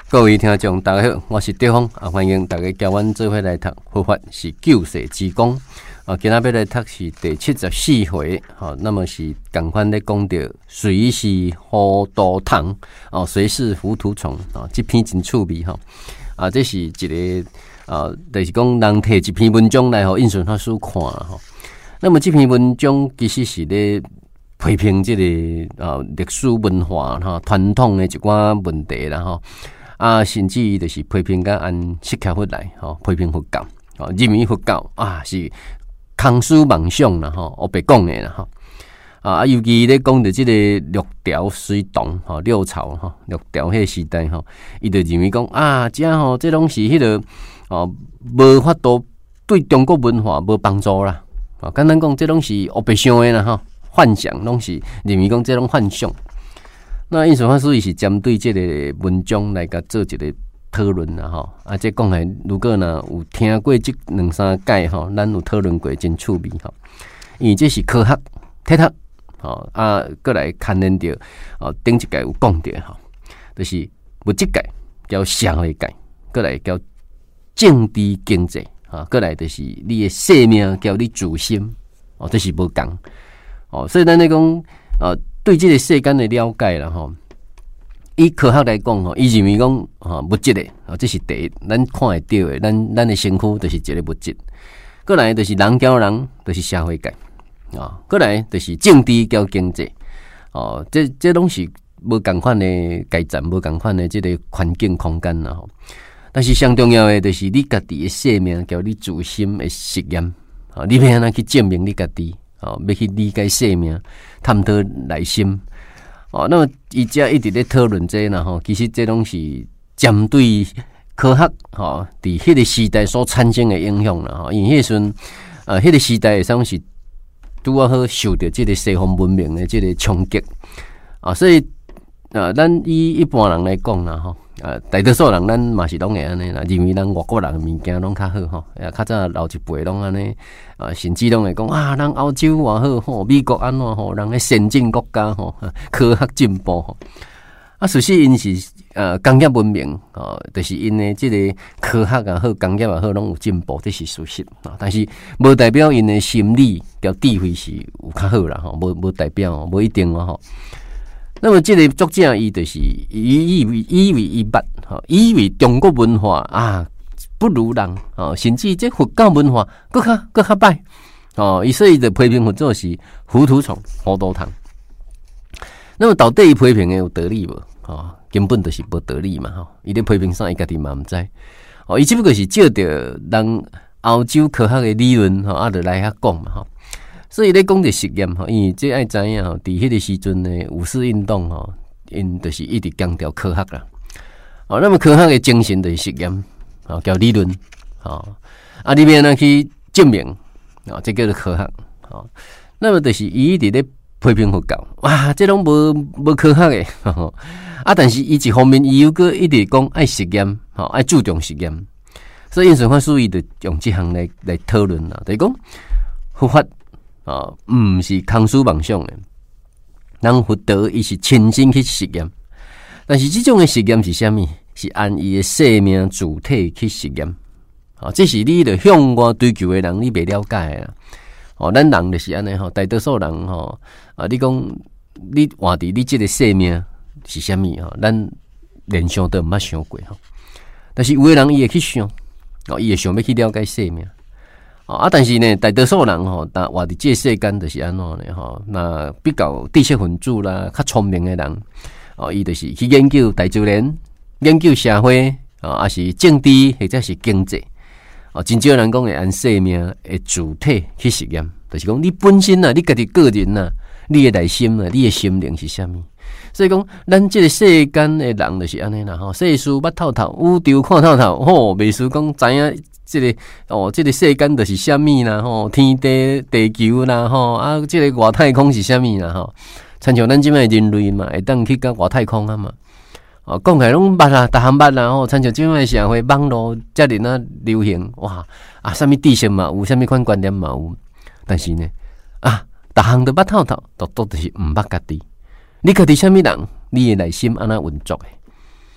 各位听众大家好，我是德峰啊，欢迎大家交阮做伙来读佛法是救世之功啊。今仔要来读是第74回，那么是同款咧讲到谁是糊涂虫哦，谁是糊涂虫啊？这篇真趣味啊，这是一个就是讲人摕一篇文章来印顺法师看那么这篇文章其实是咧批评这个历史文化传统的一寡问题啦甚至于就是批评甲按释迦佛来批评佛教认为佛教是空思妄想啦我白讲的啦尤其咧讲到这个六朝隋唐六朝六朝迄个时代伊就认为讲这拢是迄个无法度对中国文化无帮助啦简单讲这拢是黑白相的啦幻想拢是认为讲这种幻想。那印顺法师是针对这个文章来甲做一个讨论啦这讲来如果呢有听过这两三届咱有讨论过真趣味因为这是科学铁学过来牵连到顶一届有讲到就是物质界叫社会界，过来叫政治经济过来就是你的生命叫你自心这是无共所以咱咧讲对这个世间的了解啦以科学来讲伊认为讲物质的这是第一，咱看会到的，咱的身躯就是一个物质。过来就是人交人，就是社会界过来就是政治交经济这拢是无共款的阶层，无共款的这个环境空间啦但是上重要的就是你家己的生命叫你自心的实验你要安怎去证明你家己要去理解生命，探讨内心那么伊遮一直咧讨论这其实这拢是针对科学伫迄个时代所产生的影响啦因为迄阵迄个时代上是拄好受到这个西方文明的这个冲击所以咱以一般人来讲啦大多数人咱嘛是拢会安尼啦，认为咱外国人的物件拢较好较早老一辈拢安尼甚至拢会讲人欧洲偌好美国安怎人咧先进国家科学进步事实因是工业文明就是因的这个科学也好，工业也好，拢有进步，这是事实但是无代表因的心理甲智慧是有较好啦无代表无一定那么这个作者伊就是以为伊捌以为中国文化不如人甚至这佛教文化更较歹伊所以就批评佛教是糊涂虫、糊涂虫。那么到底伊批评的有道理无根本就是无道理嘛伊咧批评啥伊家己嘛毋知伊只不过是照着人欧洲科学的理论就来遐讲嘛所以咧讲着实验因为这爱知影伫迄个时阵的五四运动因就是一直强调科学啦那么科学的精神就是实验叫理论你要安去证明这叫做科学那么就是伊一直咧批评佛教这拢无科学的但是伊一方面伊又个一直讲爱实验爱注重实验，所以印顺法师伊就用这项来讨论啦，就是讲佛法毋是空思妄想的，人佛道伊是亲身去实验，但是这种的实验是啥物？是按伊的生命主体去实验这是你着向外追求的人，你袂了解的咱人就是安尼大多数人你讲你活伫你这个生命是啥物咱连想都毋捌想过但是有的人伊会去想伊会想要去了解生命但是呢，大多数人但活伫这世间就是安怎呢那比较知识分子啦，较聪明的人伊就是去研究大自然、研究社会还是政治或者是经济真少人讲会按生命的主体去实验，就是讲你本身你家己个人你的内心你的心灵是啥物？所以讲，咱这个世间的人就是安尼啦世事捌透透，宇宙看透透袂输讲知影这个这个世间就是啥物啦天地地球啦这个外太空是啥物啦亲像咱即摆人类嘛，会当去到外太空嘛讲起来拢捌啦，逐项捌啦亲像即摆社会网络遮尔流行啥物知识嘛有，啥物款观念嘛有，但是呢逐项都捌透透，都就是毋捌家己。你家己啥物人，你的内心安怎运作的？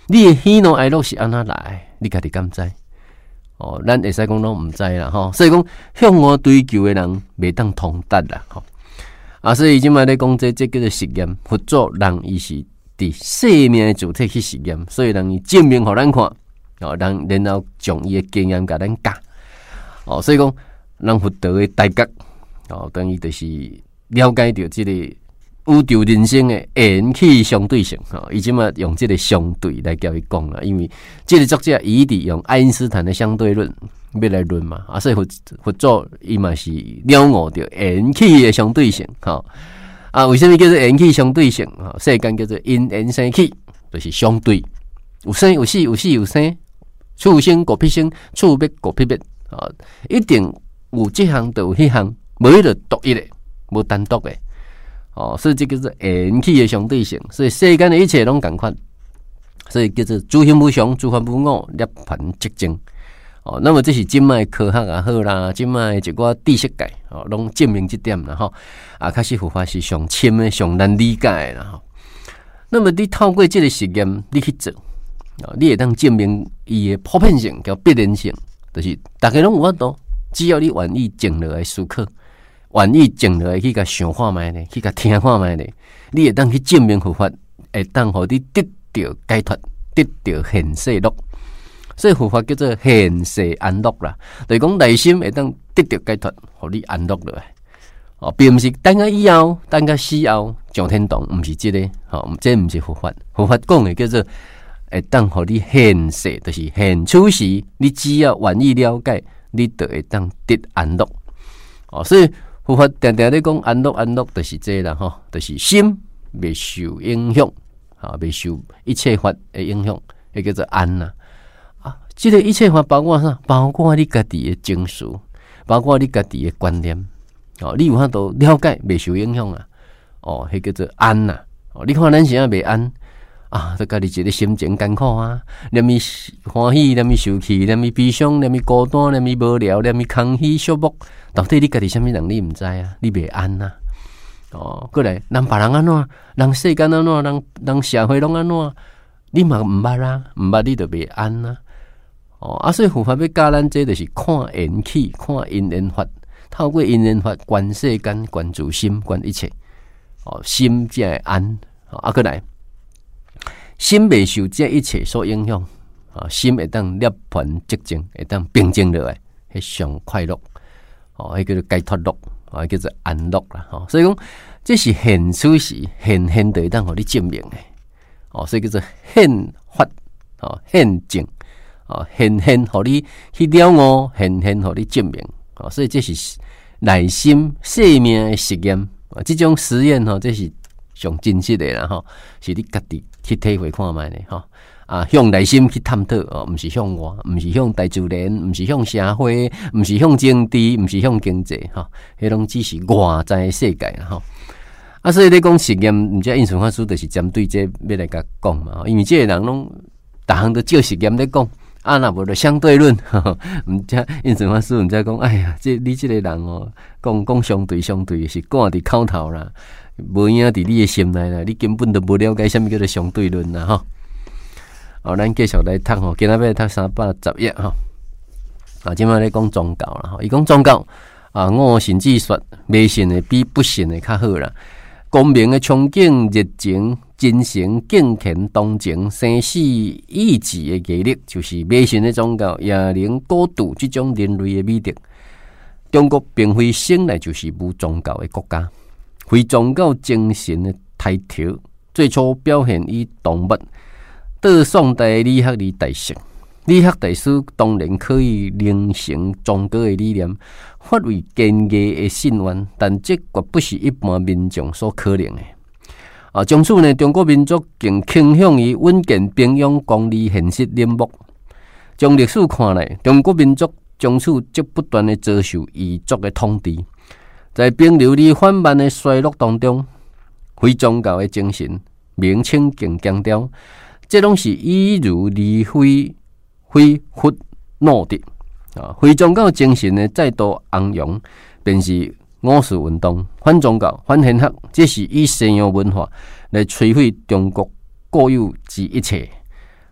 你的喜怒哀乐是安怎来？你家己敢知？哦，咱会使讲拢毋知啦吼。所以讲向我追求的人袂当通达啦吼。所以即摆咧讲这叫做实验，佛祖人伊是伫生命的主体去实验，所以人伊证明互咱看，然后将伊的经验甲咱教。所以讲咱佛道的大觉，等于就是了解到即个宇宙人生的缘起相对性。伊即摆用即个相对来交伊讲啦，因为即个作者伊伫用爱因斯坦的相对论要来论嘛。所以佛祖伊嘛是了悟到缘起的相对性。为什么叫做缘起相对性？世间叫做因缘生起，就是相对，有生有死，有死有生，处生果必生，处灭果必灭。一定有这项就有迄项，无迄个独一的，无单独的。所以这叫做缘起的相对性。所以世间的一切拢同款，所以叫做诸行无常，诸法无我，涅槃寂静。那么这是今卖科学也好啦，今卖一寡知识界拢证明这点啦吼。开始佛法是上深的、上难理解啦吼。那么你透过这个实验，你去做，你会当证明伊的普遍性叫必然性，就是大家拢有法度，只要你愿意静落来思考，愿意静落来去甲想看卖咧，去甲听看卖咧，你会当去证明佛法，会当互你得到解脱，得到现世乐。所以佛法叫做现世安乐啦，就是讲内心会当得到解脱，互你安乐落来。并毋是等到以后，等到死后上天堂，毋是这个，这毋是佛法。佛法讲的叫做会当互你现世，就是现处时，你只要愿意了解，你就会当得安乐。所以佛法常常咧讲安乐，安乐就是这啦，就是心未受影响，未受一切法的影响，迄叫做安啦。这个一切法包括啥？包括你家己的情绪，包括你家己的观念。你有法度了解，未受影响啊。迄叫做安呐。你看咱现在未安都家己一个心情艰苦啊，连咪欢喜，连咪受气，连咪悲伤，连咪孤单，连咪无聊，连咪空虚寂寞。到底你家己什么人你唔知啊？你未安呐。过来，人别人安怎？人世间安怎？人社会拢安怎？你嘛唔捌啊？唔捌你就未安啊。所以佛法要教咱，这就是看缘起，看因缘法，透过因缘法观世间，观自心，观一切。心才会安。过来，心未受这一切所影响，心会当涅槃寂静，会当平静落来，迄上快乐。迄叫做解脱乐，叫做安乐啦。所以讲，这是现处时现就会当互你证明的。所以叫做现法，现证。现互你去了悟，现互你证明。所以这是内心生命的实验。这种实验这是上真实的啦，是你家己去体会看卖的向内心去探讨，毋是向外，毋是向大自然，毋是向社会，毋是向政治，毋是向经济，迄拢只是外在的世界啦。所以你讲实验，毋知印顺法师就是针对这要来甲讲嘛，因为这个人拢逐项都照实验咧讲。那无就相对论，毋知印顺法师毋知讲，哎呀，你这个人讲相对是挂伫口头啦，无影伫你的心内啦，你根本都无了解什么叫做相对论啦咱继续来读今仔要读310页今仔咧讲宗教啦伊讲宗教五神之说，迷信的比不信的较好啦。光明的憧憬、热情、真诚、敬虔、同情、生死意志的毅力，就是迷信的宗教也能高度这种人类的美德。中国并非生来就是无宗教的国家，非宗教精神的抬头，最初表现于动物。到宋代理学里大师，理学大师当然可以凝成宗教的理念，发为坚毅的信愿，但这绝不是一般民众所可能的。从此呢，中国民族更倾向于稳健、平庸、功利、现实、冷漠。从历史看来，中国民族从此就不断的遭受异族的统治，在冰流里缓慢的衰落当中，非宗教的精神名称更强调，这拢是以儒理非佛诺的非宗教精神的再度昂扬，便是五四运动、反宗教、反显学，这是以西洋文化来摧毁中国固有之一切。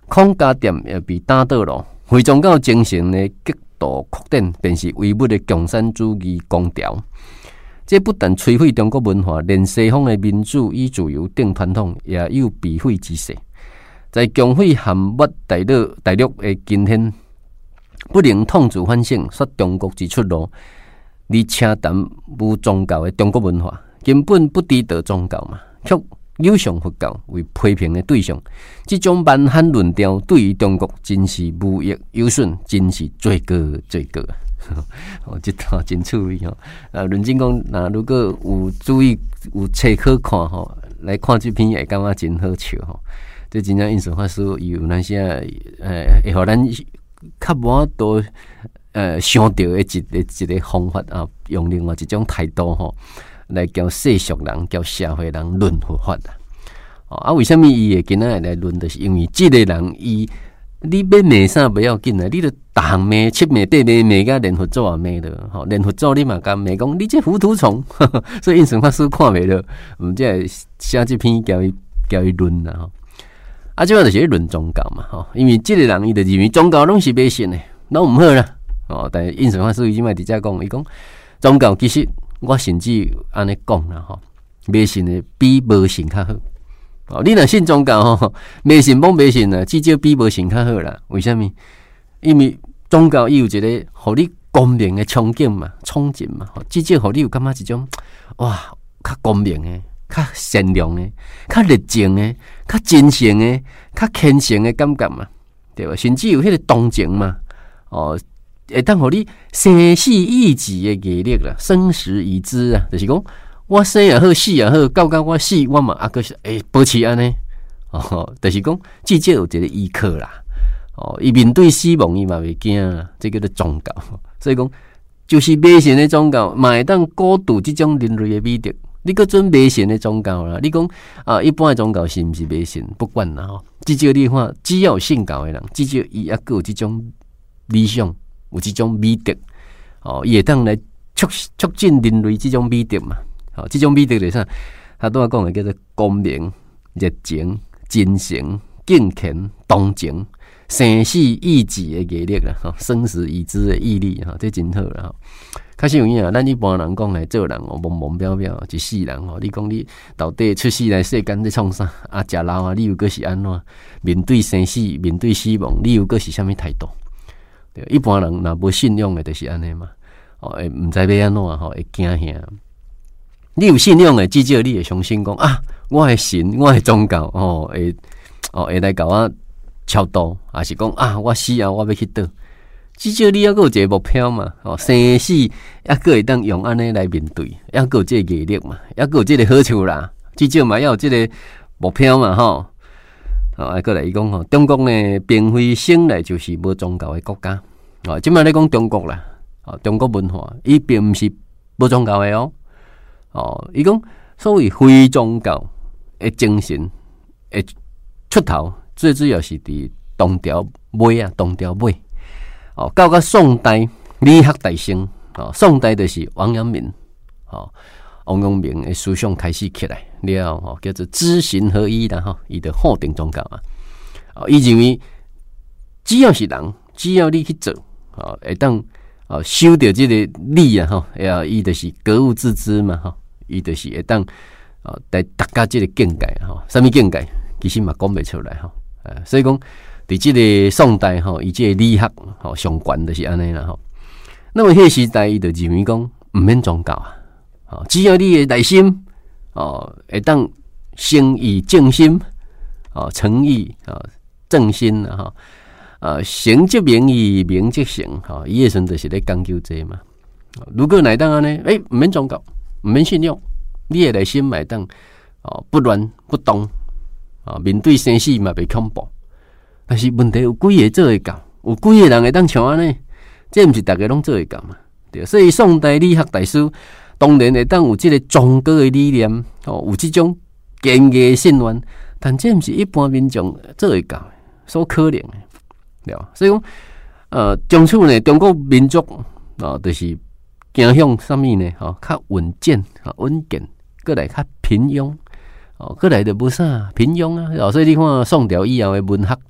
孔家店也被打倒了，回宗教精神的极度扩展，便是唯物的共产主义光条。这不但摧毁中国文化，连西方的民主与自由等传统也有被毁之势。在强毁含没大陆的今天，不能统治反省，说中国之出路，你扯淡无宗教的中国文化，根本不值得宗教嘛，却有上佛教为批评的对象。这种蛮汉论调对于中国真是无益有损，真是罪过。这套真趣味吼！论真讲，如果有注意有册可看吼，来看这篇会感觉真好笑吼。这真正印象法师有那些会互咱较无多想到的一个方法啊，用另外一种态度吼来叫世俗人、叫社会人论佛法啊。为什么伊会今仔来论？就是因为这个人伊。你要骂啥不要紧啊！你著逐项骂7骂8骂骂甲连佛祖也骂了吼，连佛祖你嘛敢骂讲你这糊涂虫，所以印顺法师看袂了，这写这篇叫伊论啦吼。啊，即个就是论宗教嘛吼，因为这个人伊就认为宗教拢是迷信的，拢毋好啦哦。但是印顺法师伊即摆直接讲，伊讲宗教其实我甚至安尼讲啦吼，迷信的比无信较好。哦，你若信宗教吼，迷信帮迷信啊，至少比无信较好啦。为什么？因为宗教伊有一个互你光明的憧憬嘛、憧憬嘛，至少互你有感觉一种哇，较光明的、较善良的、较热情的、较真诚的、较虔诚的感觉嘛，对吧？甚至有迄个同情嘛，哦，会当互你生死意志的毅力啦，生死已知啊，就是讲。我生也好，死也好，到我死，我嘛还是会保持安尼哦。就是讲，至少有一个依靠啦。哦，伊面对死亡，伊嘛袂惊啦。这叫做宗教。所以讲，就是迷信的宗教，嘛会当过度这种人类的美德。你个准迷信的宗教啦，你讲啊，一般的宗教是毋是迷信？不管啦吼，至少你看，只要有信教的人，至少伊还佫有这种理想，有这种美德。哦，伊会当来促进人类这种美德嘛。这种美德就是啥？他都要讲的叫做光明、热情、真诚、敬虔、同情、生死意志的毅力啦，生死已知的毅力哈，这真好啦。确实有影啊，咱一般人讲来做人哦，懵懵表表一世人哦。你讲你到底出世来世间在创啥？啊，食老啊，你又个是安怎？面对生死、面对死亡，你又个是啥物态度？对，一般人若无信仰的，就是安尼嘛。哦，会唔知要安怎吼，会惊吓。你有信仰的，至少你会相信讲啊，我的神，我的宗教哦，会来甲我超度，还是讲啊，我死啊，我要去倒。至少你还有一个目标嘛，哦，生死还会当用安尼来面对，还有这个毅力嘛，还有这个好处啦。至少嘛要有这个目标嘛，吼。还过来伊讲吼，中国呢，并非生来就是无宗教的国家。哦，即摆咧讲中国啦，哦，中国文化，伊并毋是无宗教的哦。哦，伊讲所谓非宗教的精神的出头，最主要是伫唐朝尾啊，唐朝尾哦，到宋代理学大盛哦，宋代就是王阳明哦，王阳明的思想开始起来了哦，叫做知行合一啦吼，伊就否定宗教啊，哦，伊认为只要是人，只要你去做哦，会当。哦，修到这个理啊，吼，伊就是格物致知嘛，吼，伊就是会当哦，来达到这个境界，吼，什么境界？其实嘛讲不出来，吼，所以讲，伫这个宋代，吼，伊这个理学，吼，上悬就是安尼啦，吼。那么迄个时代，伊就认为讲，毋免宗教啊，哦，只要你的内心，哦，会当诚意正心，哦，诚意啊，正心啊，吼。行即名义，名即行，哈，伊个时阵就是咧讲究这嘛。如果来当安尼，毋免宗教，毋免信仰，你的内心来当哦，不乱不动啊，面对生死嘛袂恐怖。但是问题有几个做会到？有几个人会当像安尼？这毋是大家拢做会到嘛？对，所以宋代理学大师当然会当有即个宗教的理念，哦，有即种坚毅信念，但这毋是一般民众做会到，所可能的。所以讲，从此呢，中国民族就是走向什么呢？较稳健、稳健，过来较平庸，过来就无啥平庸啊。所以你看宋朝以后的文学，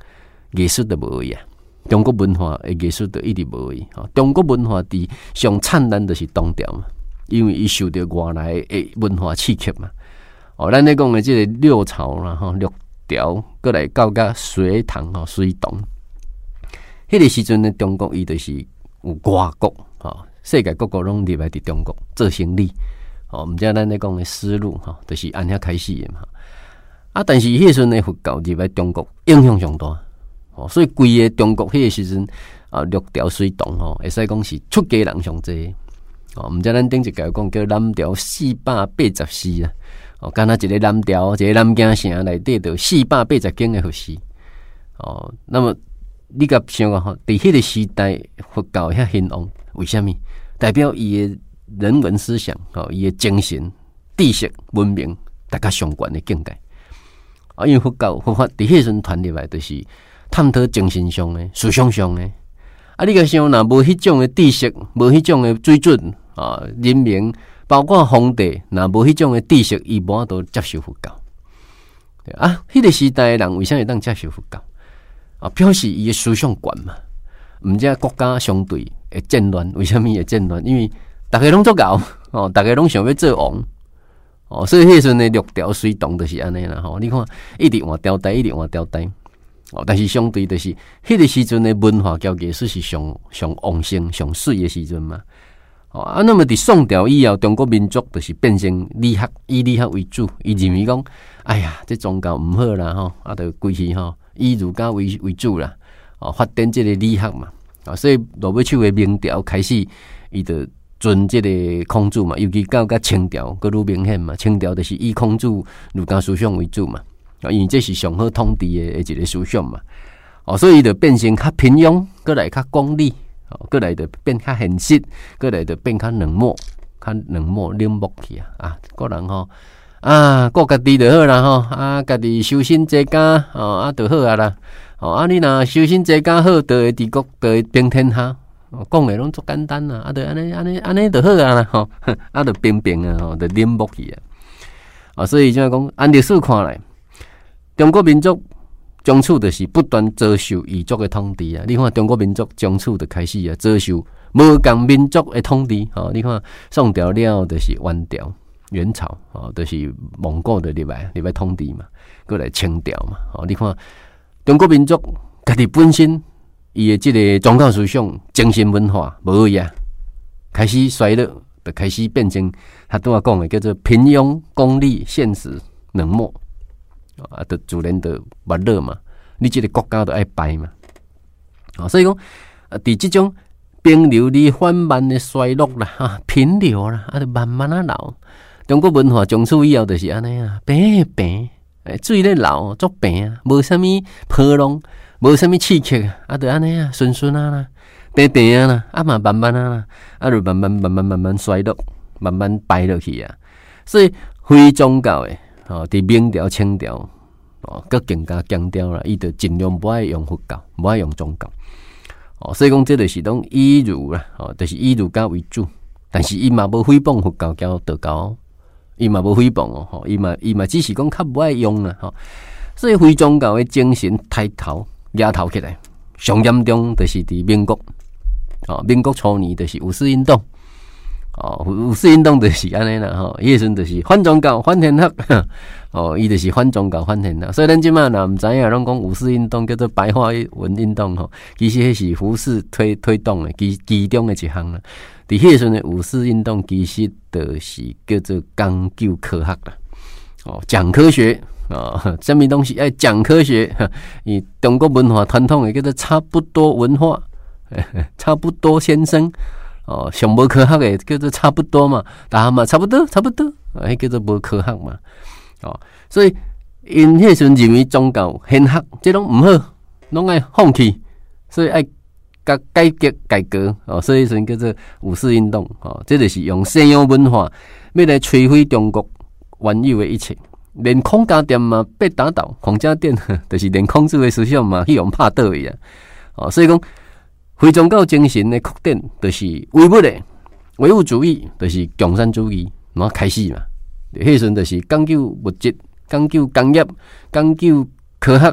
艺术都无位啊，中国文化的艺术都一直无位。中国文化伫上灿烂就是唐朝嘛，因为伊受到外来的文化刺激嘛。咱咧讲的这个六朝啦，六朝，过来到隋唐隋唐，迄个时阵的中国伊就是有外国世界各国拢入来伫中国做生意。毋知咱咧讲的丝路就是安遐开始的嘛。但是迄时阵的佛教入来中国影响上大，所以规个中国迄个时阵六朝隋唐会使讲是出家人上济。毋知咱顶一届讲叫南朝484啊，敢若一个南朝，一个南京城内底就480间的佛寺。那么你甲想啊，伫迄个时代佛教遐兴旺，为虾米？代表伊的人文思想，伊的精神、知识、文明，大家上悬的境界。因为佛教佛法伫迄阵传入来，就是探讨精神上的、思想上的。你甲想，若无迄种的知识，无迄种的水准人民，包括皇帝，若无迄种的知识，伊无法度接受佛教。迄个时代的人为啥会当接受佛教？表示伊的思想悬嘛。毋知国家相对会战乱，为虾米会战乱？因为大家拢做搞大家拢想要做王所以迄阵的六朝隋唐就是安尼啦你看，一直换朝代，一直换朝代但是相对就是迄个时阵的文化交艺术是上旺盛、上水的时阵嘛那么伫宋朝以后，中国民族就是变成理学，以理学为主，伊认为讲，哎呀，这宗教毋好啦就规气以儒家为主啦发展这个理学嘛所以罗尾手的明朝开始，伊就尊这个孔子嘛，尤其到清朝佫愈明显嘛。清朝就是以孔子儒家思想为主嘛因为这是上好统治的一个思想嘛所以伊就变成较平庸，佫来较功利佫来就变较现实，佫来就变较冷漠去个人顾家己就好啦家己修身齐家就好啦你若修身齐家好，就会治国，就会平天下。讲的拢足简单啦，就安尼就好啦就平平就冷漠去所以就讲按历史看来，中国民族从此就是不断遭受异族的统治你看中国民族从此就开始遭受无共民族的统治你看宋朝了就是元朝就是蒙古的入来统治嘛，过来清朝嘛你看中国民族家己本身伊的这个宗教思想、精神文化无开始衰落，就开始变成他拄仔讲的叫做平庸、功利、现实、冷漠就自然就没落嘛。你这个国家就爱败嘛所以讲伫这种平流里缓慢的衰落啦平流啦就慢慢流。中国文化从此以后就是安尼平水咧流足平无啥物波浪，无啥物刺激就安尼顺啦，平啦嘛慢慢啦就慢慢衰落，慢慢败落去所以非宗教的伫明朝、清朝更加强调啦，伊就尽量不爱用佛教，不爱用宗教所以讲这就是讲以儒啦就是以儒家为主，但是伊嘛无诽谤佛教交道教。伊嘛无诽谤伊嘛只是讲较不爱用啦所以非宗教的精神抬头压头起来，上严重就是伫民国民国初年就是五四运动五四运动就是安尼啦迄时阵就是反宗教反天学伊就是反宗教反天学。所以咱即马若毋知影，拢讲五四运动叫做白话文运动其实迄是胡适推动的其中的一项啦。伫迄阵的五四运动其实就是叫做讲究科学啦讲科学什么东西爱讲科学以中国文化传统的叫做差不多文化差不多先生上无科学的叫做差不多嘛，大家嘛差不多迄叫做无科学嘛所以因迄阵认为宗教玄学这拢毋好，拢爱放弃，所以爱改革所以叫做五四运动这就是用西洋文化要来摧毁中国原有的一切，连孔家店嘛被打倒，孔家店就是连孔子的思想嘛去用拍倒去所以讲非宗教精神的扩展就是唯物主义，就是共产主义开始嘛。迄阵就是讲究物质，讲究工业，讲究科学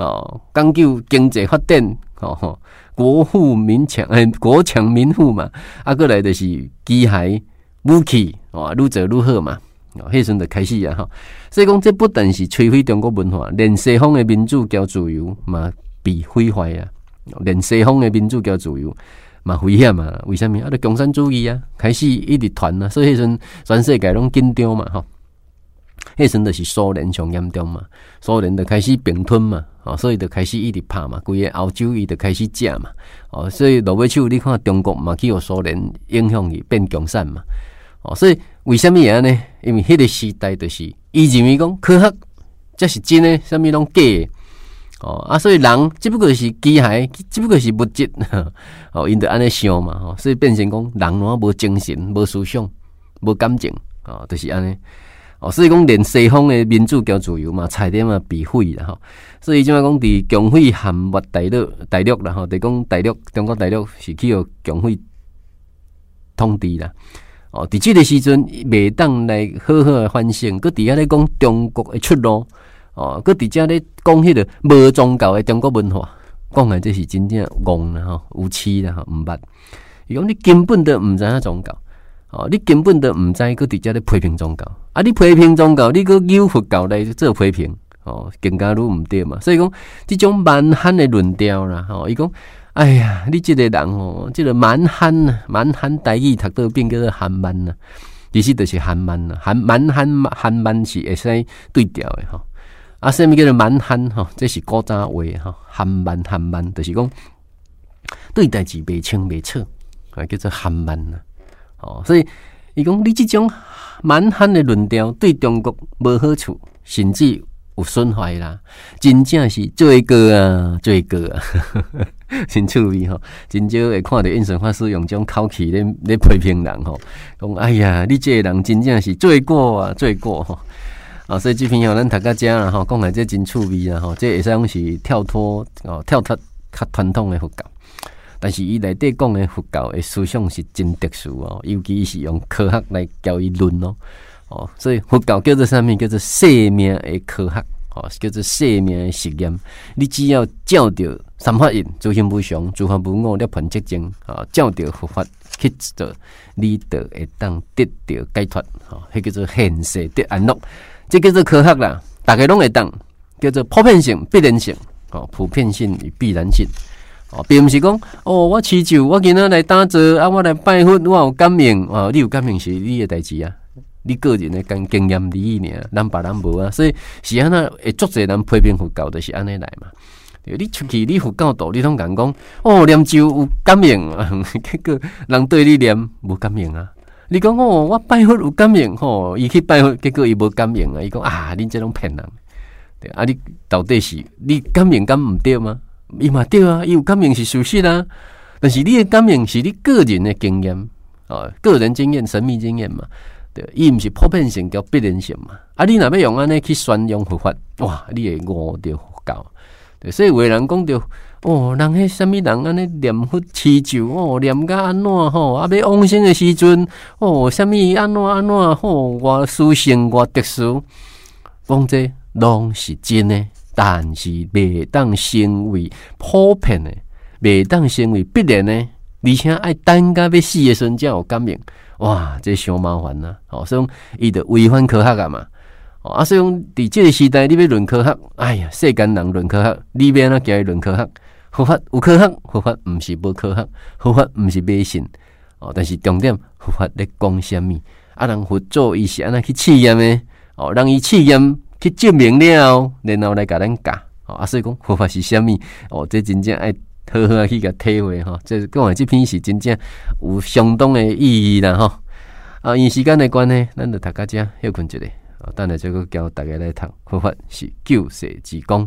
讲究经济发展国富民强，国强民富嘛，过来就是机械武器愈做愈好嘛，迄阵就开始啊所以讲这不但是摧毁中国文化，连西方的民主交自由嘛被毁坏啊，连西方的民主交自由嘛危险啊，为什么就共产主义啊开始一直传啊，所以迄阵全世界拢紧张嘛迄阵就是苏联上严重嘛，苏联就开始并吞嘛，所以就开始一直拍嘛，规个欧洲伊就开始食嘛，所以落尾手你看中国嘛去互苏联影响伊变共产嘛，所以为什么会呢？因为迄个时代就是伊认为讲科学才是真的，什么拢假的所以人只不过是机械，只不过是物质因就安尼想嘛所以变成讲人无精神、无思想、无感情就是安尼。所以讲，连西方的民主交自由嘛，差点嘛被毁啦所以即摆讲，伫共匪陷没大陆啦就讲中国大陆是去互共匪统治啦。伫即个时阵，袂当来好好的反省，佮伫遐咧讲中国的出路，佮伫遮咧讲迄个无宗教的中国文化，讲来这是真正戆啦有痴啦毋捌。伊讲你根本都毋知影宗教。你根本都毋知，佮伫遮咧批评宗教，你批评宗教，你佮有佛教来做批评，更加愈毋对嘛。所以讲，即种蛮汉的论调啦，伊讲，哎呀，你即个人即个蛮汉啊，蛮汉台语读到变叫做汉蛮啊，其实就是汉蛮啊，汉蛮是会使对调的什么叫做蛮汉这是古早话汉蛮就是讲对代志袂清袂楚，叫做汉蛮啊。所以伊讲你即种蛮汉的论调对中国无好处，甚至有损害啦，真正是罪过啊，真趣味真少会看到印顺法师用种口气咧批评人讲哎呀，你这个人真正是罪过啊，所以这篇咱读到遮啦讲来这真趣味啊这会使讲是跳脱较传统的佛教。但是伊内底讲的佛教的思想是真特殊尤其是用科学来教伊论所以佛教叫做啥物？叫做生命的科学叫做生命的实验。你只要照着三法印、诸行无常、诸法无我、涅槃寂静照着佛法去做，你就会当得到解脱迄叫做现世得安乐。这叫做科学啦，大家拢会当叫做普遍性、必然性普遍性与必然性。并毋是讲我祈求，我今仔来打坐我来拜佛，我有感应你有感应是你的代志啊，你个人的经验而已尔，咱别人无所以是安那会足侪人批评佛教，就是安尼来嘛。你出去你佛教徒，你拢讲念咒有感应结果人对你念无感应啊。你讲我拜佛有感应伊去拜佛，结果伊无感应伊讲恁这种骗人你到底是你感应敢毋对吗？伊嘛对啊，伊有感应是事实啊，但是你的感应是你个人的经验个人经验、神秘经验嘛，对，伊毋是普遍性叫必然性嘛。你若要用安尼去宣扬佛法，哇，你会误着佛教。对，所以有人讲着人迄什么人安尼念佛祈求念甲安怎要往生的时阵什么安怎我殊胜我特殊，讲这拢是真的。但是袂当成为普遍的，袂当成为必然的，而且爱等到要死的时阵才有感应。哇，这伤麻烦啦！所以伊就违反科学嘛。所以讲伫这个时代，你要论科学，哎呀，世间人论科学，你要安怎叫伊论科学？佛法有科学，佛法毋是无科学，佛法毋是迷信。但是重点，佛法咧讲什么？人佛祖伊是安怎去试验的？让伊试验。去证明了，然后来甲咱教所以讲佛法是啥物这真正爱好好去甲体会这讲的这篇是真正有相当的意义啦因时间的关系，咱就读到这休困一下等下再个教大家来读佛法是救世之功。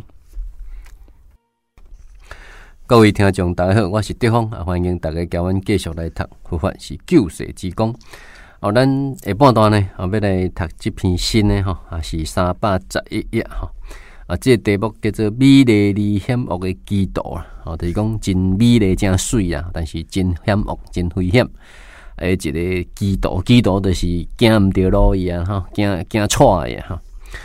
各位听众大家好，我是德峰欢迎大家交阮继续来读佛法是救世之功。咱下半段呢要来读这篇新的是311页这个题目叫做美丽而险恶的基督就是讲真美丽真水啊，但是真险恶真危险一个基督就是行毋对路伊惊错的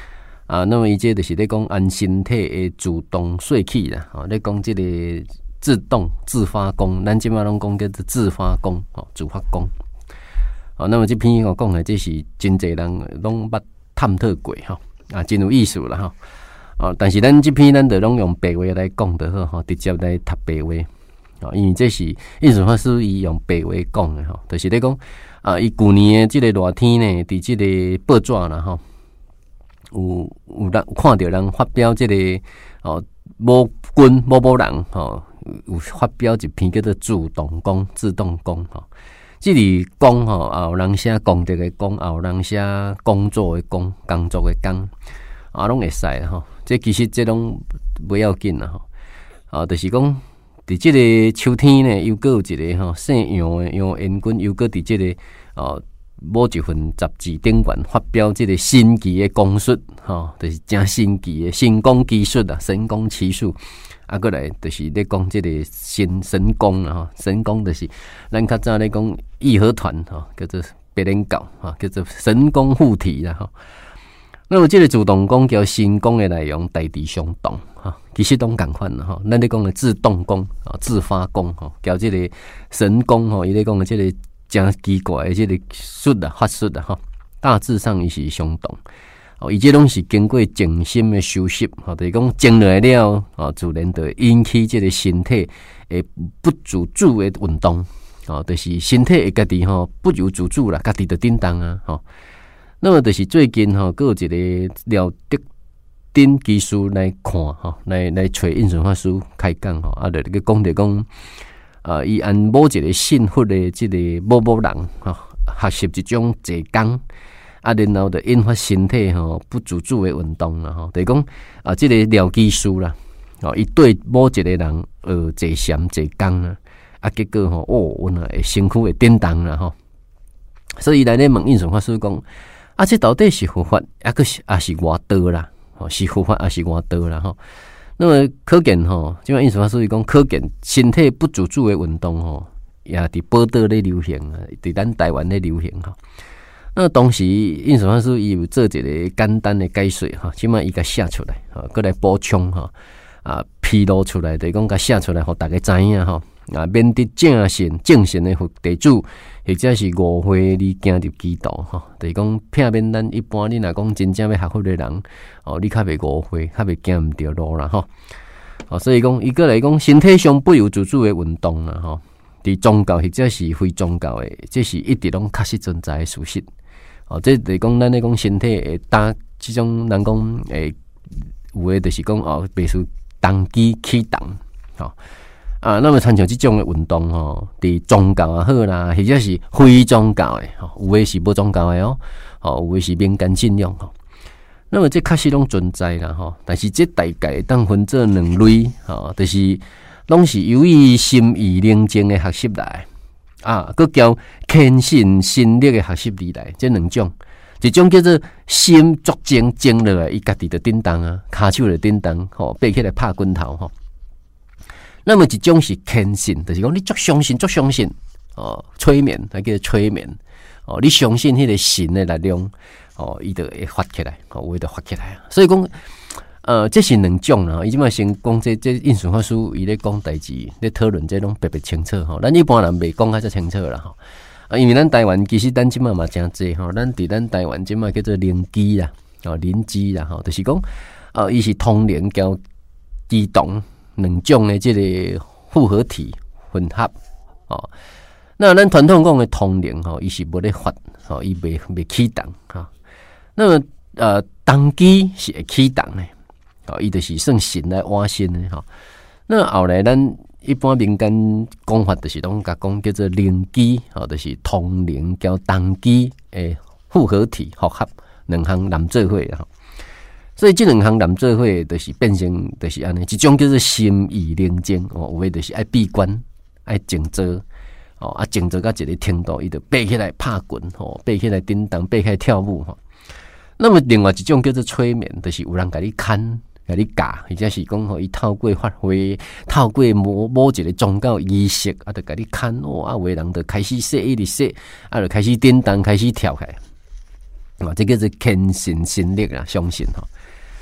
那么伊这就是咧讲按身体的自动睡起啦，咧讲这个自动自发功，咱即马拢讲叫做自发功，自发功。那么这篇我讲的这是真侪人拢捌探讨过真有意思啦但是咱这篇咱就拢用白话来讲就好直接来读白话因为这是印顺法师伊用白话讲的就是咧讲伊去年的这个热天呢，伫这个报纸啦有人看到人发表这个某人有发表一篇叫做自动功这里功有人写功德的功，有人写工作的工，工作的工拢会使这其实这拢不要紧啦就是讲伫这个秋天呢，又有一个姓杨的杨延军，又伫这个某一份杂志顶悬发表这个新奇的功术就是真新奇的神功技术神功奇术过来就是咧讲这个神功啦神功就是咱较早咧讲义和团叫做白莲教叫做神功护体啦那么这个自动功叫神功的内容大致相同其实都同款啦咱咧讲的自动功自发功叫这个神功伊咧讲的这个真奇怪的这个术法术大致上伊是相同伊这拢是经过静心的修习就是讲静下来了自然就引起这个身体的不自主的运动就是身体会家己不由自主啦，家己就叮当那么就是最近还有一个廖德丁技术来看来找印顺法师开讲就个讲着讲伊按某一个信佛的这个某人学习一种坐功然后就引发身体不自主的运动啦就是讲这个廖技术啦伊对某一个人坐禅坐功结果原来身躯会震动啦所以来咧问印顺法师讲这到底是佛法还是外道啦是佛法还是外道啦那么可见即摆印顺法师讲可见身体不自主的运动也伫报道咧流行伫咱台湾咧流行那当时印顺法师伊有做一个简单的解说即摆伊甲写出来过来补充披露出来就是讲甲写出来互大家知影免得正神的佛地主或者是误会你走入歧途就是讲避免咱一般你若讲真正要学佛的人你较袂误会，较袂走毋着路啦所以讲伊个来讲身体上不由自主的运动啦伫宗教或者是非宗教的，这是一直拢确实存在的事实这就是讲咱咧讲身体会打即种人讲有诶就是讲譬如动机启动那么参像这种的运动伫宗教也好啦，或者是非宗教的有的是无宗教的有的是民间信仰那么这确实拢存在啦但是这大概当分做两类就是拢是由于心意宁静的学习来佫叫虔信心力的学习而来，这两种一种叫做心足静静落来伊家己就叮当骹手就叮当爬起来拍拳头那么一种是虔信，就是讲你足相信催眠还叫催眠你相信迄个神的力量伊就会发起来有的发起来所以讲这是两种啦伊即摆先讲这印顺法师伊咧讲代志咧讨论这拢别清楚咱一般人袂讲较清楚啦因为咱台湾其实咱即摆嘛真济咱伫咱台湾即摆叫做灵机啦灵机啦就是讲伊是通灵交机动两种的这个复合体混合那咱传统讲的通灵伊是无咧发伊袂启动那么动机是会启动的伊就是算神来换神的那后来咱一般民间讲法就是拢甲讲叫做灵机就是通灵交动机的复合体复合两项连做伙所以这两项连做伙就是变成就是安尼，一种叫做心意宁静有的就是爱闭关爱静坐静坐到一个程度伊就爬起来拍拳爬起来叮当爬起来跳舞那么另外一种叫做催眠，就是有人甲你看甲你教，或者是讲伊透过发挥透过某一个宗教仪式就甲你看有的人就开始说一直说就开始叮当开始跳起来这叫做虔信心力啦相信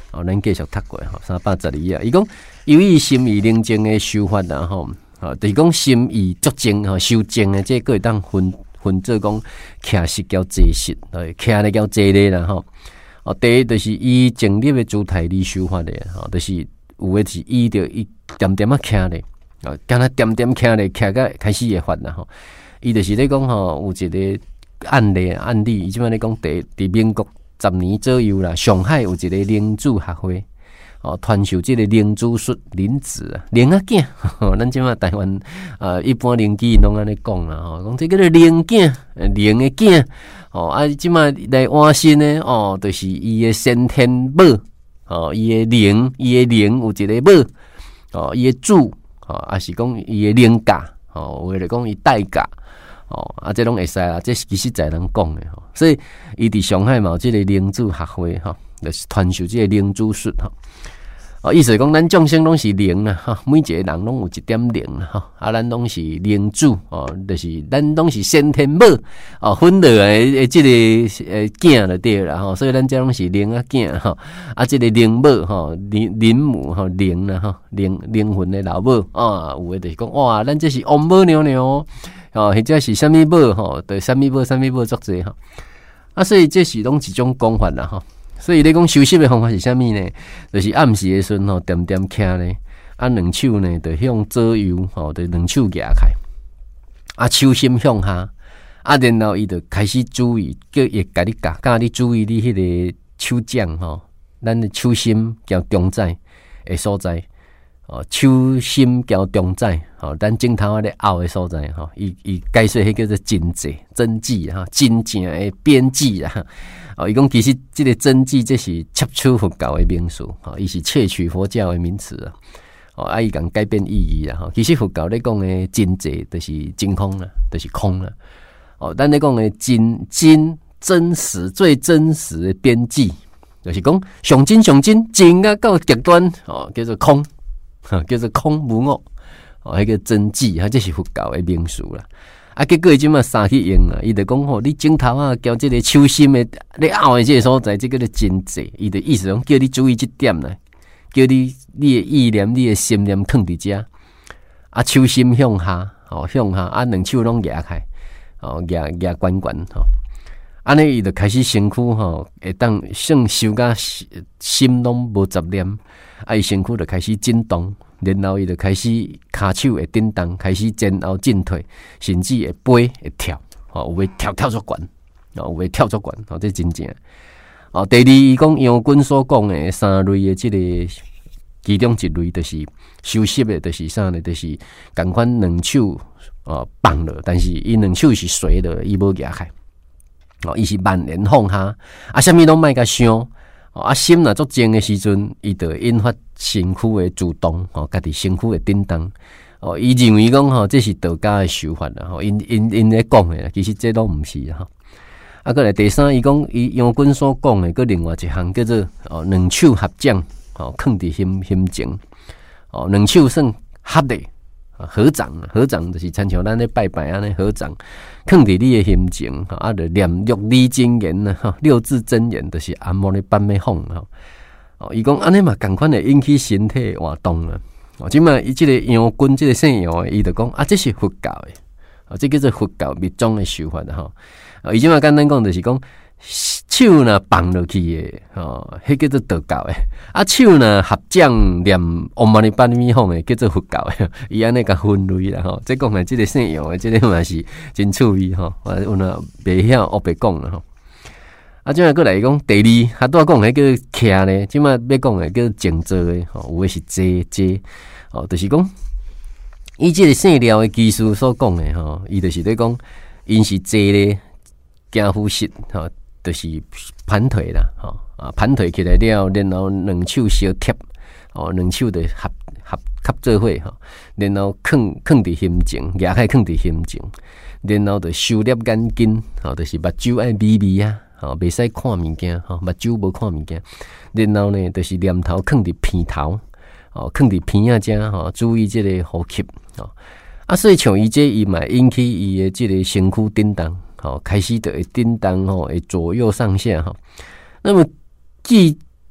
咱继续读过312啊。伊讲由于心意宁静的修法啦吼，就是讲心意足静修静的，这个会当分做讲徛实交坐实，徛咧交坐咧啦吼。第一就是以静立的姿态嚟修法咧，就是有诶是依着一点点啊徛咧，敢若点点徛咧，徛到开始会发啦吼。伊就是咧讲有一个案例，伊即摆咧讲伫民国10年左右啦，上海有一个灵主学会，传授即个灵主术灵子啊，灵仔囝，咱即摆台湾一般灵机拢安尼讲啦，讲这个灵囝，灵的囝，即摆来换身呢，就是伊的先天母，伊的灵有一个母，伊的主，还是讲伊的灵驾，为了讲伊代驾。这拢会使啦，这其实在人讲的吼，所以伊伫上海嘛有即个灵主学会吼，就是传授即个灵主术吼。意思讲咱众生拢是灵啦吼，每一个人拢有一点灵啦吼，咱拢是灵主就是咱拢是先天母分落来的即个囝就对啦吼，所以咱这拢是灵仔囝吼，即个灵母吼，灵母吼，灵啦吼，灵魂的老母有诶就是讲哇，咱这是王母娘娘。或者是啥物母吼，对啥物母作者吼，所以这是拢一种讲法啦吼。所以你讲修习的方法是啥物呢？就是暗时的时候点点徛咧，两手呢就向左右吼，就两手举开，手心向下，然后伊就开始注意，叫伊甲你注意你迄个手掌吼，咱的手心交中指的所在。手心交中指，咱镜头咧凹的所在，伊解说迄叫做真迹、真迹哈，真正的边际啦。伊讲其实这个真迹，这是窃取佛教的名词，伊是窃取佛教的名词啊。伊讲改变意义啦。其实佛教咧讲的真迹，就是真空啦，就是空啦。咱咧讲的真实、最真实的边际，就是讲上真真啊到极端，叫做空。叫做空无我，迄个真迹，这是佛教的名词啦。结果伊即马三去用啊，伊就讲你镜头交这个手心的你凹的这个所在，这个真迹，伊的意思讲叫你注意这点啦，叫你的意念、你的心念放伫遮，手心向下，向下，两手拢举开，举关安尼伊就开始身躯会当算收甲心拢无杂念，伊身躯就开始震动，然后伊就开始骹手会震动，开始前后进退，甚至会飞会跳，有会跳出悬，有会跳出悬，这真正。第二，伊讲杨军所讲的3类的这个其中一类，就是修习的，就是啥呢？就是共款两手放落，但是伊两手是垂落，伊无举开。伊是万年放下，啥物拢莫甲想，心若足静的时阵，伊就引发身躯的主动，家己身躯的震动。伊认为讲这是道家的手法啦，因咧讲的，其实这都毋是哈。过来第三，伊讲伊杨军所讲的，个另外一项叫做两手合掌，放伫心前，两手算合的。合掌就是亲像咱咧拜拜安尼合掌，放伫你的心前，就念六字真言啦，六字真言就是按摩咧办咩放伊讲安尼嘛，共款会引起身体活动啦。即嘛，伊即个杨军，即个姓杨，伊就讲这是佛教的，这叫做佛教密宗的手法啦。伊即嘛简单讲就是讲。手呢放落去的，迄叫做道教的；手呢合掌念嗡嘛呢叭咪吽的，叫做佛教的。伊安尼甲分类啦，即讲来，即个姓杨的，即个嘛是真趣味吼。有那袂晓学白讲啦吼。即嘛过来讲第二，拄仔讲迄叫徛呢，即嘛要讲的叫静坐的，有诶是坐，就是讲伊即个姓廖的技术所讲的伊就是咧讲，因是坐咧，行呼吸就是盘腿啦，盘腿起来了，然后两手相贴，两手就合做伙，然后放伫心前，举开放伫心前，然后就收敛眼睛，就是目睭爱微微啊，袂使看物件，目睭无看物件，然后呢，就是念头放伫鼻头，放伫鼻仔遮，注意这个呼吸，所以像伊这伊嘛引起伊的这个身躯震动。开始就会震动会左右上下那么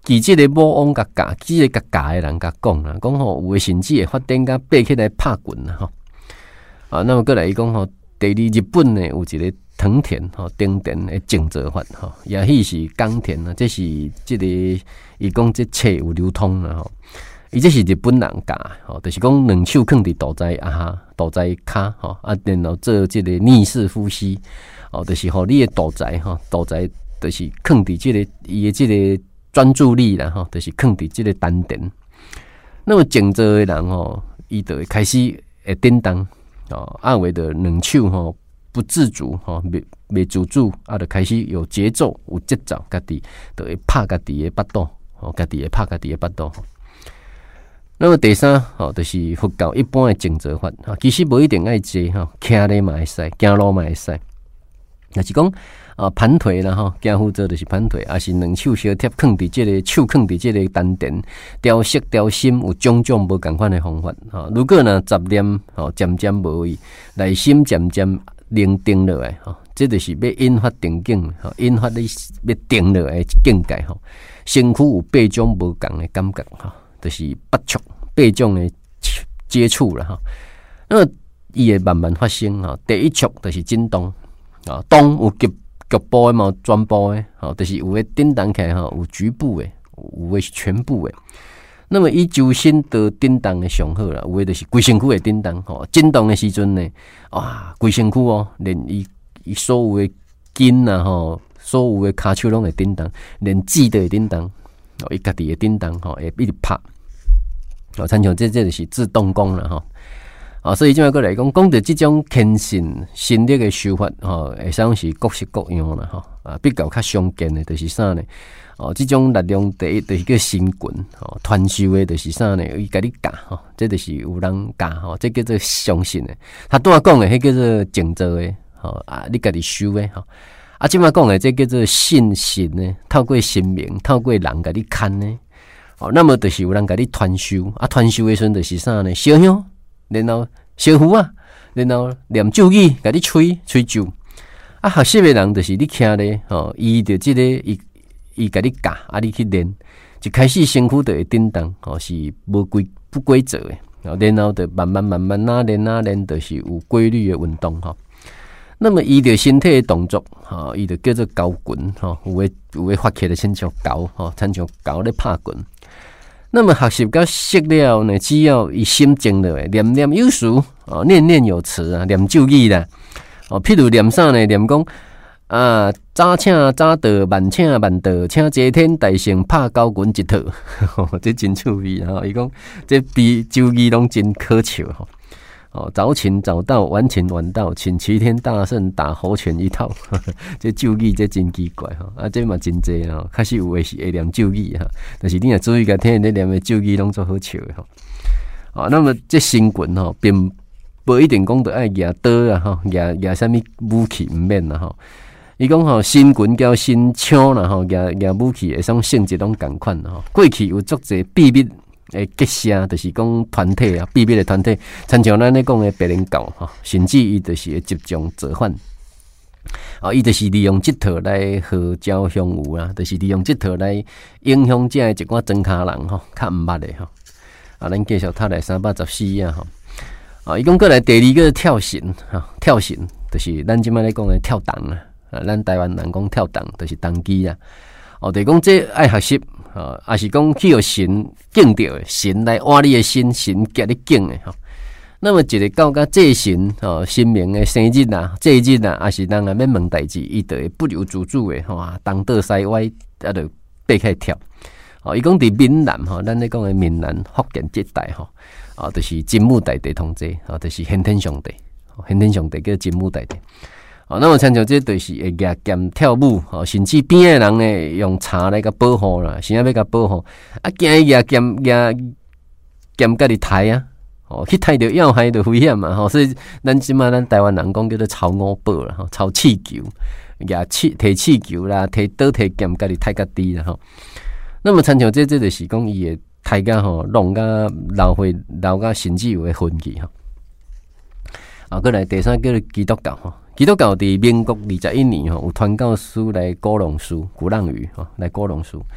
记即个某王甲教，即个甲的人甲讲啦，讲吼有诶甚至会发展甲爬起来拍棍啦吼。那么过来伊讲吼，第二日本呢有一个藤田吼丁田诶种植法吼，也许是冈田啊，这是即个伊讲这册有流通啦吼。伊这是日本人教吼，就是讲两手放伫肚脐下，肚脐骹吼，然后做即个逆式呼吸，就是互你诶肚脐吼，肚脐就是放伫即个伊诶即个专注力啦吼，就是放伫即个丹田。那么种植诶人吼，伊就会开始会叮当按为的两手吼不自主吼，未自主就开始有节奏、有节奏，家己就会拍家己诶巴肚，家己会拍家己诶巴肚。那么第三就是佛教一般的种植法其实无一定爱坐徛咧嘛会使，行路嘛会使。若是讲盘腿啦行负责就是盘腿，还是两手相贴放伫即个手放伫即个丹田，调息调心有种种无共款的方法如果呢杂念渐渐无去，内心渐渐宁定落来这就是要引发定境引发你要定落来境界身躯有8种无共的感觉就是八触8种的接触了那么伊会慢慢发生第一触就是震动动有局部的嘛，全部的就是有的叮当起来有局部的，有的是全部的。那么以周身的叮当的上好啦，有的就是规身躯的叮当震动的时阵呢，规身躯连伊所有的筋啊所有的骹手拢会叮当，连指都会叮当伊家己会叮当会一直拍。参像这就是自动功了所以这么过来讲到这种虔信心力的修法会算是各式各样啦比较较常见的就是啥呢？这种力量第一就是叫心棍传授的就是啥呢？伊甲你教这就是有人教这叫做相信的。他拄仔讲的迄叫做种植的你家己修的这么讲的这叫做信心呢，透过神明，透过人甲你看呢。那么就是有人甲你传授传授的时阵就是啥呢？烧香，然后烧符然后念咒语，甲你吹咒学习的人就是你徛咧伊就即个伊甲你教你去练，一开始身躯就会震动是不规则的然后就慢慢练就是有规律的运动那么伊的身体的动作伊就叫做交棍有的发起来亲像交亲像交咧拍棍。那么学习到识了呢，只要伊心静落来，念念有词念念有词念咒语啦譬如念啥呢？念讲早请早到，晚请晚到，请齐天大圣拍交棍一套这真趣味伊讲这比咒语拢真可笑早请早到，晚请晚到，请齐天大圣打猴拳一套这咒语这真奇怪这嘛真济开始有的是会念咒语但是你若注意甲听你念的咒语拢做好笑的那么这神棍并无一定讲得爱举刀举什么武器毋免啦伊讲神棍交神枪啦举武器会算性质拢共款过去有足侪秘密结社就是讲团体秘密的团体，参像咱咧讲的白莲教甚至伊就是会集中造反伊就是利用这套来号召乡友啦，就是利用这套来影响这一寡庄脚人较毋捌的咱继续读来314伊讲过来第二个跳绳跳绳就是咱即摆咧讲的跳档咱台湾人讲跳档就是档机就是讲这爱学习也是讲去有神敬着的神来挖你的心，神给你敬的那么一个到甲祭神神明的生日节日也是人免问代志，伊就会不由自主的东倒西歪就爬起跳伊讲伫闽南咱咧讲的闽南福建这带就是金母大帝同齐就是先天上帝，先天上帝叫金母大帝那么参像这就是会举剑跳舞甚至边的人呢用叉来甲保护啦，啥要甲保护惊伊举剑家己抬去抬着要害就危险嘛所以咱即马咱台湾人讲叫做操五宝啦操气球提气球啦，提刀提剑家己抬家己啦那么参像这就是讲伊会抬甲弄甲流甲甚至有会昏去过来第三叫做基督教基督教伫民国21年有传教士来鼓浪屿来鼓浪屿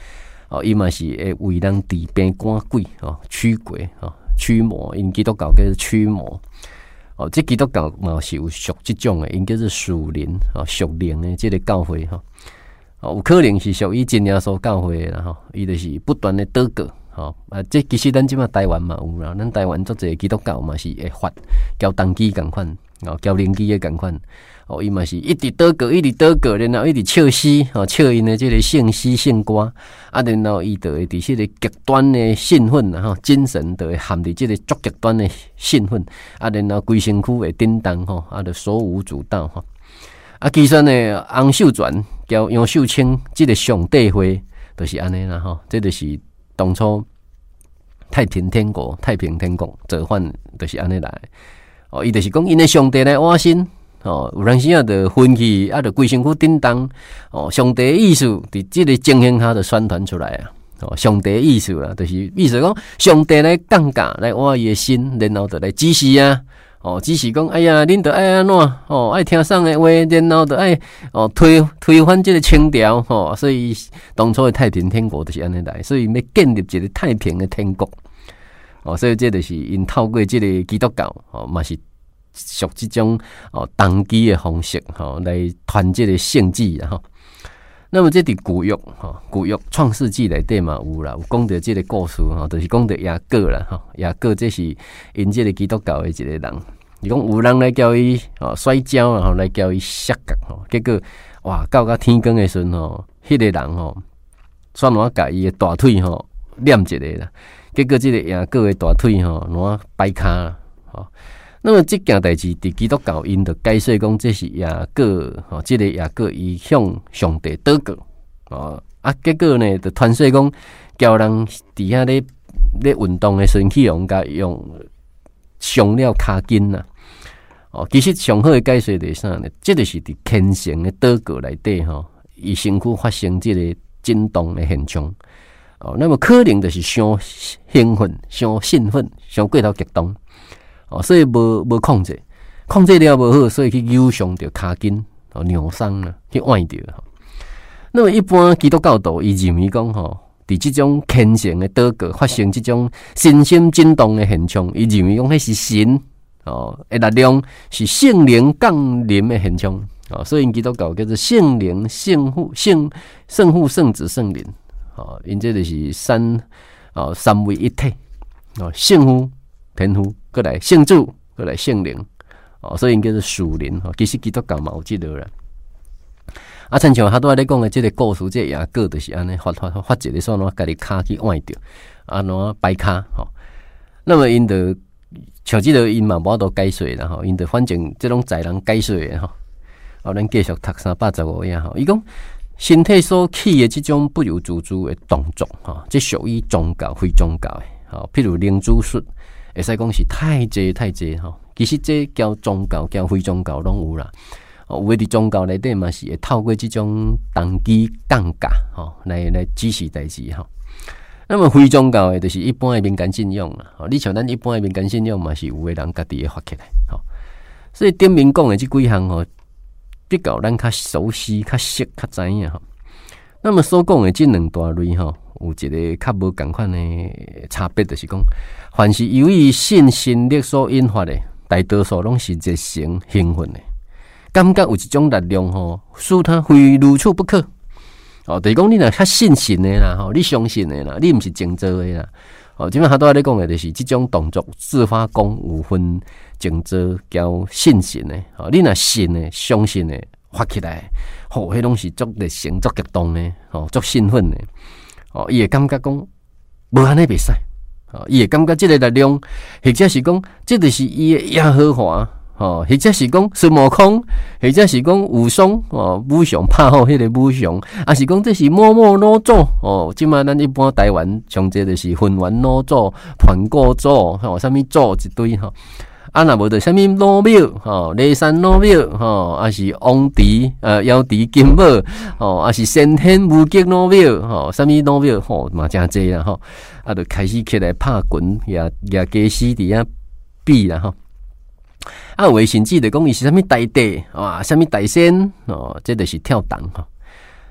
伊嘛是会为人治病赶鬼驱鬼驱魔，因基督教叫做驱魔。这基督教嘛是有属这种的，因叫做属灵属灵的这个教会有可能是属于真耶稣教会的啦伊就是不断的祷告这其实咱即马台湾嘛有啦，咱台湾足侪基督教嘛是会发交当机共款交灵机的共款伊嘛是一直祷告，一直祷告，然后一直唱诗唱因的这个圣诗圣歌然后伊就会伫这个极端的兴奋精神就会陷伫这个足极端的兴奋然后规身躯会震动就手舞足蹈其实呢洪秀全交杨秀清这个上帝会就是安尼啦这就是当初太平天国造反就是安尼来伊就是讲因的上帝来换身有当时就昏去就规身躯震动上帝的意思伫这个情形下就宣传出来上帝的意思啦，就是意思讲上帝来降价来换伊的心，然后就来指示指示讲哎呀恁就爱安怎爱听上的话，然后就爱推翻这个清朝所以当初的太平天国就是安尼来，所以要建立一个太平的天国所以这就是因透过这个基督教嘛是属这种当机的方式来传这个圣旨那么这伫古约创世纪内底嘛有啦，有讲到这个故事就是讲到雅各啦雅各这是因这个基督教的一个人，伊讲有人来叫伊摔跤然后来叫伊摔角结果哇到天光的时候迄个人煞哪甲伊的大腿念一个啦，结果这个雅各的大腿哪掰卡啦那么这件代志伫基督教因就解释讲这是雅各这个雅各伊向上帝祷告结果呢就传说讲叫人伫遐咧运动的身体用伤了骹筋啦其实上好的解释是啥呢？这就是伫虔诚的祷告内底伊身躯发生这个震动的现象那么可能就是伤兴奋、伤兴奋、伤过头激动所以无控制了无好，所以去扭伤着骹筋扭伤啦，去崴着那么一般基督教徒伊认为讲伫这种虔诚的祷告发生这种身心震动的现象，伊认为讲迄是神的力量，是圣灵降临的现象所以基督教叫做圣灵、圣父、圣子、圣灵因这就是三位一体圣父、天父，过来圣主，过来圣灵所以因叫做属灵其实基督教嘛有这个啦亲像他拄仔咧讲的这个故事，这雅各就是安尼发一个说喏，家己骹去崴着喏掰骹那么因就像这个因嘛无法度解释啦因就反正这种在人解释的咱继续读315页伊讲身体所起的这种不由自主的动作这属于宗教非宗教的譬如灵主术会使讲是太济其实这叫宗教叫非宗教拢有啦有的伫宗教内底嘛是会透过这种动机降价来指示代志那么非宗教的就是一般的民间信仰啦你像咱一般的民间信仰嘛是有的人家己会发起来所以顶面讲的这几项比较咱较熟悉较熟较知影那么所讲的这两大类有一个较无同款的差别，就是讲凡是由于性心力所引发的大多数拢是热情兴奋的感觉有一种力量使他非如此不可就是讲你若较信神的啦你相信的啦，你不是静坐的啦即摆他都在讲的就是这种动作自发功有分静坐交信神的你若信的相信的发起来迄拢是足热情足激动的足兴奋的伊会感觉讲无安尼袂使伊会感觉这个力量，或者是讲这就是伊的耶和华或者是讲孙悟空，或者是讲武松武松拍好迄个武松，还是讲这是某某老祖即摆咱一般台湾上济就是分元老祖、盘古祖啥物祖一堆若无就啥物老庙雷山老庙还是王池妖池金宝还是先天无极老庙啥物老庙嘛真济啦就开始起来拍拳也加死伫遐比啦有诶甚至就讲伊是啥物大帝啥物大仙这就是跳档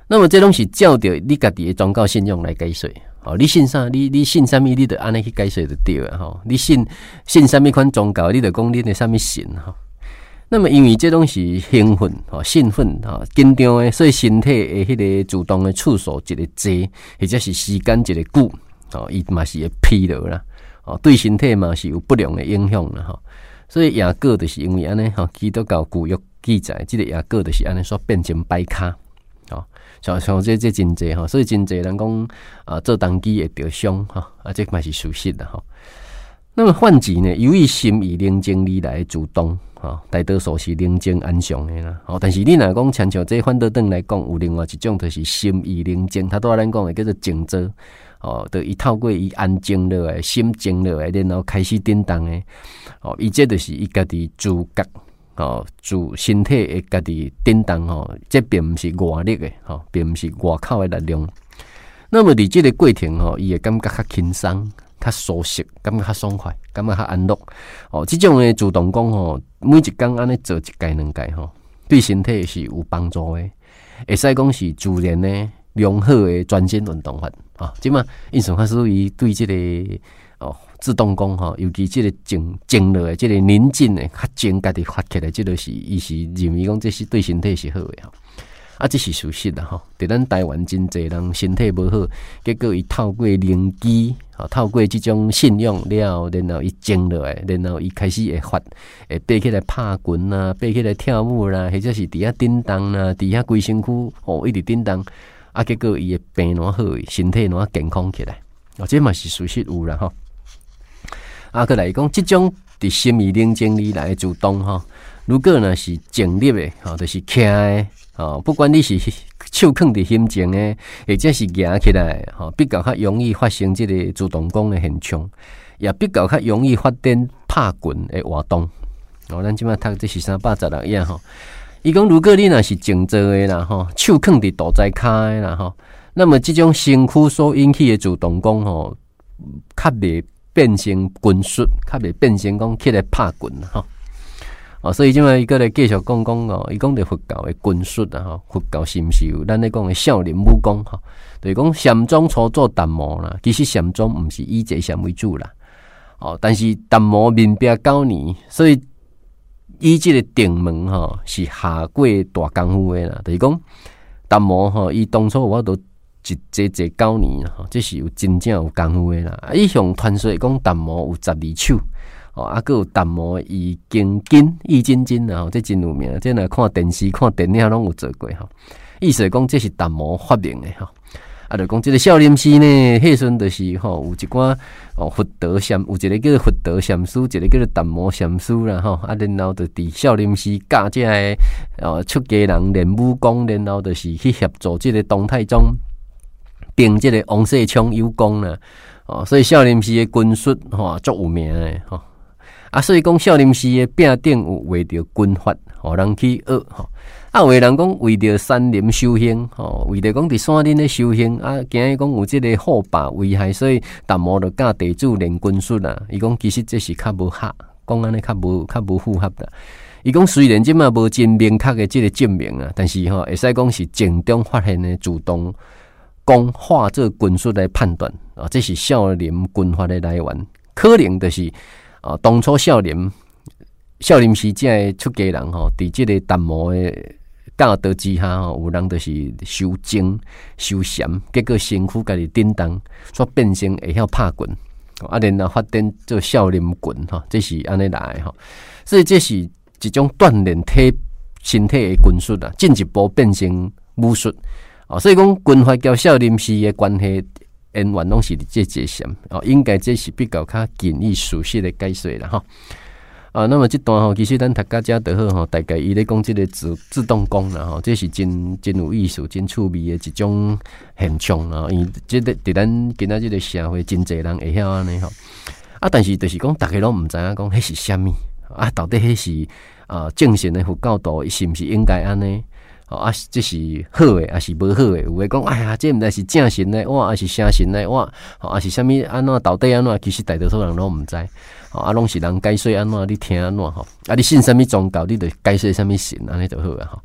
那么这拢是照着你家己的宗教信仰来解说。你信啥？你信啥物？你就安尼去解说就对了吼。你信啥物款宗教，你就讲你的啥物神吼。那么因为这拢是兴奋兴奋紧张的，所以身体的迄个自动的次数一个多，或者是时间一个久伊嘛是会疲劳啦对身体嘛是有不良的影响啦所以牙膏就是因为安尼基督教旧约记载，这个牙膏就是安尼所变成摆卡像这真济所以真济人讲做当机会得伤这嘛是事实啦那么换字呢，由于心以宁静而来主动大多数是宁静安详的啦但是你若讲亲像这反倒转来讲，有另外一种就是心以宁静，他都咱讲的叫做静坐就伊透过伊安静落来，心静落来，然后开始振动的伊这就是伊家己自觉自身体的家己振动这并不是外力的并不是外口的力量。那么伫这个过程伊会感觉较轻松、较舒适，感觉较爽快，感觉较安乐这种的自动讲每一天安尼做一届两届对身体是有帮助的，会使讲是自然的良好的全身运动法即嘛因上较属于对这个自动讲尤其这个静落的这个宁静的较静家己发起来，这个是伊是认为讲这是对身体是好的这是事实啦在咱台湾真侪人身体无好，结果伊透过灵机透过这种信仰了，然后伊静落来，然后伊开始会发，会爬起来拍拳啦，爬起来跳舞啦，或者是伫遐振动啦，伫遐规身躯一直振动结果伊的病偌好，身体偌健康起来这嘛是事实有啦再来讲这种伫心意宁静里来的主动如果呢是静立的就是徛的不管你是手放伫心静的，或者是举起来比较较容易发生这个自动讲的现象，也比较较容易发展拍拳的活动咱即摆读这是316页伊讲如果你若是静坐的啦手放伫肚脐骹的啦那么这种身躯所引起的自动讲较袂变成拳术，较袂变成讲起来拍拳所以即摆伊个来继续讲伊讲着佛教的拳术佛教是毋是有咱咧讲的少林武功就是讲禅宗初做达摩啦，其实禅宗毋是以这禅为主啦但是达摩面壁9年，所以伊即个定门是下过大功夫的啦，就是讲达摩伊当初有法度一坐9年这是有真正有功夫的啦伊向传说讲达摩有12手还有达摩易筋经易筋经这真有名，这若看电视看电影拢有做过意思讲这是达摩发明的就讲这个少林寺呢，迄阵就是有一寡佛陀禅，有一个叫做佛陀禅师，一个叫做达摩禅师啦然后就伫少林寺教这个出家人练武功，然后就是去协助这个唐太宗定这个王世充有功啦所以少林寺的军术足有名的所以讲少林寺的壁顶有画着军法人去学有的人讲为着山林修行为着讲伫山林咧修行惊伊讲有即个祸霸危害，所以达摩就教弟子练军术啦伊讲其实这是较无合，讲安尼较无符合啦伊讲虽然即嘛无真明确的即个证明但是会使讲是静中发现的主动讲化做军术来判断这是少林军法的来源，可能就是当初少林寺这的出家人伫这个达摩的教导之下有人就是修静修禅，结果身躯家己振动，所变成会晓拍拳然后发展做少林拳这是安尼来的所以这是一种锻炼身体的军术进一步变成武术所以讲军法交少林寺的关系因缘拢是这项应该这是比较较近于事实的解说啦那么这段其实咱读到这就好大概伊咧讲这个自动功啦这是真有意思、真趣味的一种现象啦。因这个伫咱今仔这个社会，真侪人会晓安尼但是就是讲，大家拢唔知影讲迄是啥物到底迄是正信的佛教徒是毋是应该安尼？这是好的，还是无好的？有诶讲，哎呀，这毋知是正神的哇，还是邪神的哇，还是啥物安怎？到底安怎？其实大多数人拢毋知，拢是人解说安怎，你听安怎你信啥物宗教，你就解说啥物神，安尼就好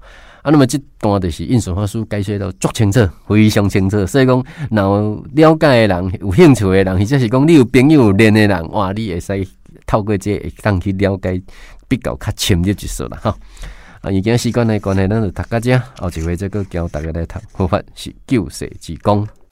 那么这段就是印顺法师解说到足清楚，非常清楚。所以讲，若了解的人、有兴趣的人，或者是讲你有朋友有练的人，哇，你会使透过这会当去了解比较较深入一说啦，哈。已经时间的关系，咱就读到这，后一回再个教大家来读佛法是救世之功。